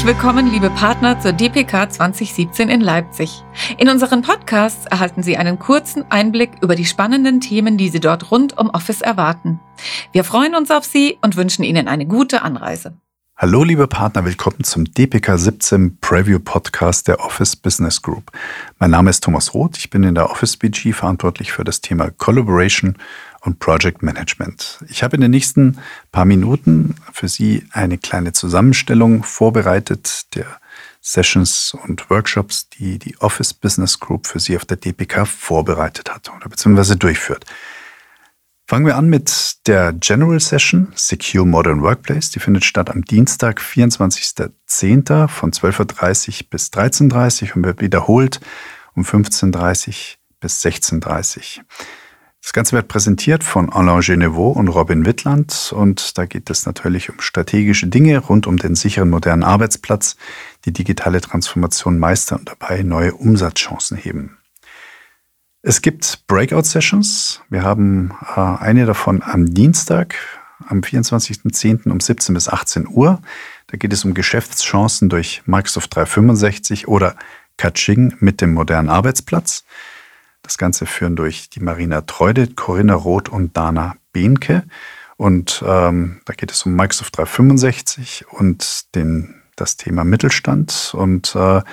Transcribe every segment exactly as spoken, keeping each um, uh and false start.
Herzlich willkommen, liebe Partner, zur D P K zwanzig siebzehn in Leipzig. In unseren Podcasts erhalten Sie einen kurzen Einblick über die spannenden Themen, die Sie dort rund um Office erwarten. Wir freuen uns auf Sie und wünschen Ihnen eine gute Anreise. Hallo liebe Partner, willkommen zum D P K siebzehn Preview Podcast der Office Business Group. Mein Name ist Thomas Roth, ich bin in der Office B G verantwortlich für das Thema Collaboration und Project Management. Ich habe in den nächsten paar Minuten für Sie eine kleine Zusammenstellung vorbereitet der Sessions und Workshops, die die Office Business Group für Sie auf der D P K vorbereitet hat oder beziehungsweise durchführt. Fangen wir an mit der General Session Secure Modern Workplace. Die findet statt am Dienstag, vierundzwanzigsten zehnten von zwölf Uhr dreißig bis dreizehn Uhr dreißig und wird wiederholt um fünfzehn Uhr dreißig bis sechzehn Uhr dreißig. Das Ganze wird präsentiert von Alain Genevot und Robin Wittland und da geht es natürlich um strategische Dinge rund um den sicheren modernen Arbeitsplatz, die digitale Transformation meistern und dabei neue Umsatzchancen heben. Es gibt Breakout-Sessions. Wir haben äh, eine davon am Dienstag, am vierundzwanzigsten zehnten um siebzehn bis achtzehn Uhr. Da geht es um Geschäftschancen durch Microsoft dreihundertfünfundsechzig oder Kaching mit dem modernen Arbeitsplatz. Das Ganze führen durch die Marina Treude, Corinna Roth und Dana Behnke. Und ähm, da geht es um Microsoft dreihundertfünfundsechzig und den, das Thema Mittelstand und äh,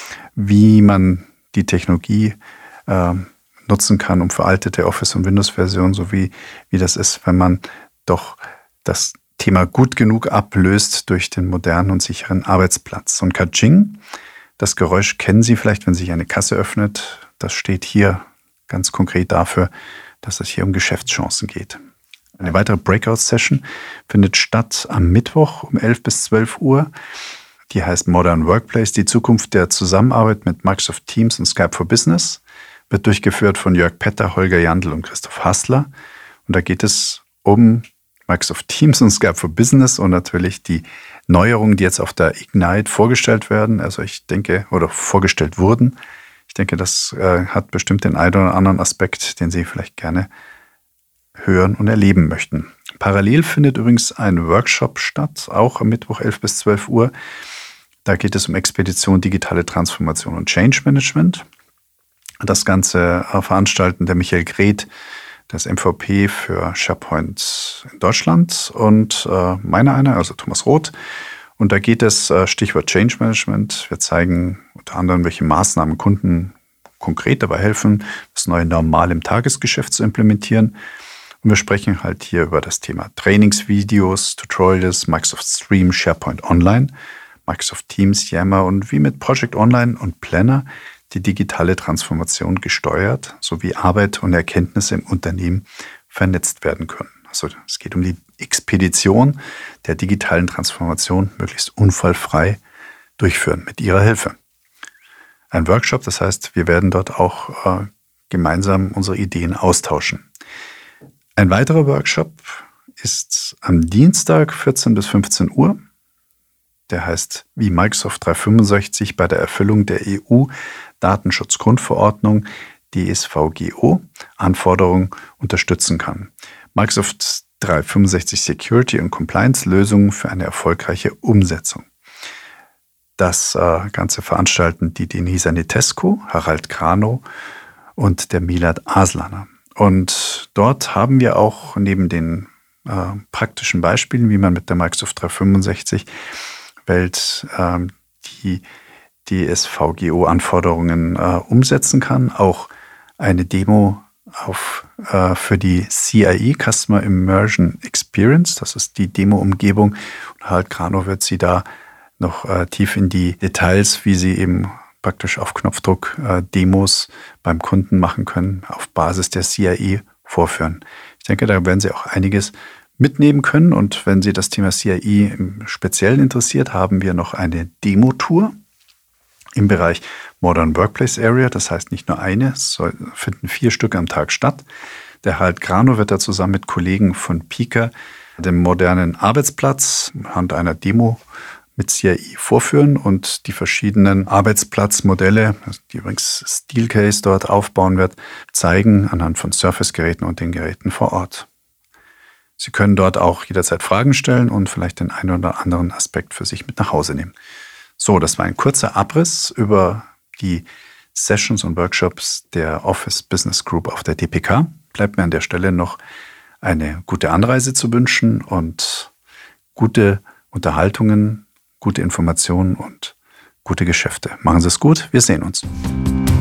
wie man die Technologie äh, nutzen kann, um veraltete Office- und Windows-Versionen, sowie wie das ist, wenn man doch das Thema gut genug ablöst durch den modernen und sicheren Arbeitsplatz. Und Kaching, das Geräusch kennen Sie vielleicht, wenn sich eine Kasse öffnet. Das steht hier ganz konkret dafür, dass es hier um Geschäftschancen geht. Eine weitere Breakout-Session findet statt am Mittwoch um elf bis zwölf Uhr. Die heißt Modern Workplace, die Zukunft der Zusammenarbeit mit Microsoft Teams und Skype for Business. Wird durchgeführt von Jörg Petter, Holger Jandl und Christoph Hassler. Und da geht es um Microsoft Teams und Skype for Business und natürlich die Neuerungen, die jetzt auf der Ignite vorgestellt werden. Also ich denke, oder vorgestellt wurden. Ich denke, das äh, hat bestimmt den einen oder anderen Aspekt, den Sie vielleicht gerne hören und erleben möchten. Parallel findet übrigens ein Workshop statt, auch am Mittwoch elf bis zwölf Uhr. Da geht es um Expedition, digitale Transformation und Change Management. Das Ganze äh, veranstalten der Michael Greth, das M V P für SharePoint in Deutschland und äh, meiner einer, also Thomas Roth. Und da geht es, äh, Stichwort Change Management. Wir zeigen unter anderem, welche Maßnahmen Kunden konkret dabei helfen, das neue Normal im Tagesgeschäft zu implementieren. Und wir sprechen halt hier über das Thema Trainingsvideos, Tutorials, Microsoft Stream, SharePoint Online, Microsoft Teams, Yammer und wie mit Project Online und Planner die digitale Transformation gesteuert sowie Arbeit und Erkenntnisse im Unternehmen vernetzt werden können. Also es geht um die Expedition der digitalen Transformation möglichst unfallfrei durchführen mit Ihrer Hilfe. Ein Workshop, das heißt, wir werden dort auch äh, gemeinsam unsere Ideen austauschen. Ein weiterer Workshop ist am Dienstag vierzehn bis fünfzehn Uhr. Der heißt, wie Microsoft dreihundertfünfundsechzig bei der Erfüllung der E U-Datenschutzgrundverordnung D S V G O Anforderungen unterstützen kann. Microsoft dreihundertfünfundsechzig Security und Compliance Lösungen für eine erfolgreiche Umsetzung. Das äh, Ganze veranstalten die Denisa Netesco, Harald Kranow und der Milad Aslaner. Und dort haben wir auch neben den äh, praktischen Beispielen, wie man mit der Microsoft dreihundertfünfundsechzig Welt äh, die D S V G O-Anforderungen äh, umsetzen kann, auch eine Demo auf, äh, für die C I E, Customer Immersion Experience. Das ist die Demo-Umgebung. Und Harald Kranow wird Sie da noch äh, tief in die Details, wie Sie eben praktisch auf Knopfdruck äh, Demos beim Kunden machen können, auf Basis der C I E vorführen. Ich denke, da werden Sie auch einiges mitnehmen können. Und wenn Sie das Thema C I E im Speziellen interessiert, haben wir noch eine Demo-Tour im Bereich Modern Workplace Area. Das heißt nicht nur eine, es finden vier Stück am Tag statt. Der Harald Kranow wird da zusammen mit Kollegen von Pika den modernen Arbeitsplatz anhand einer Demo mit C I E vorführen und die verschiedenen Arbeitsplatzmodelle, die übrigens Steelcase dort aufbauen wird, zeigen anhand von Surface-Geräten und den Geräten vor Ort. Sie können dort auch jederzeit Fragen stellen und vielleicht den einen oder anderen Aspekt für sich mit nach Hause nehmen. So, das war ein kurzer Abriss über die Sessions und Workshops der Office Business Group auf der D P K. Bleibt mir an der Stelle noch eine gute Anreise zu wünschen und gute Unterhaltungen, gute Informationen und gute Geschäfte. Machen Sie es gut, wir sehen uns.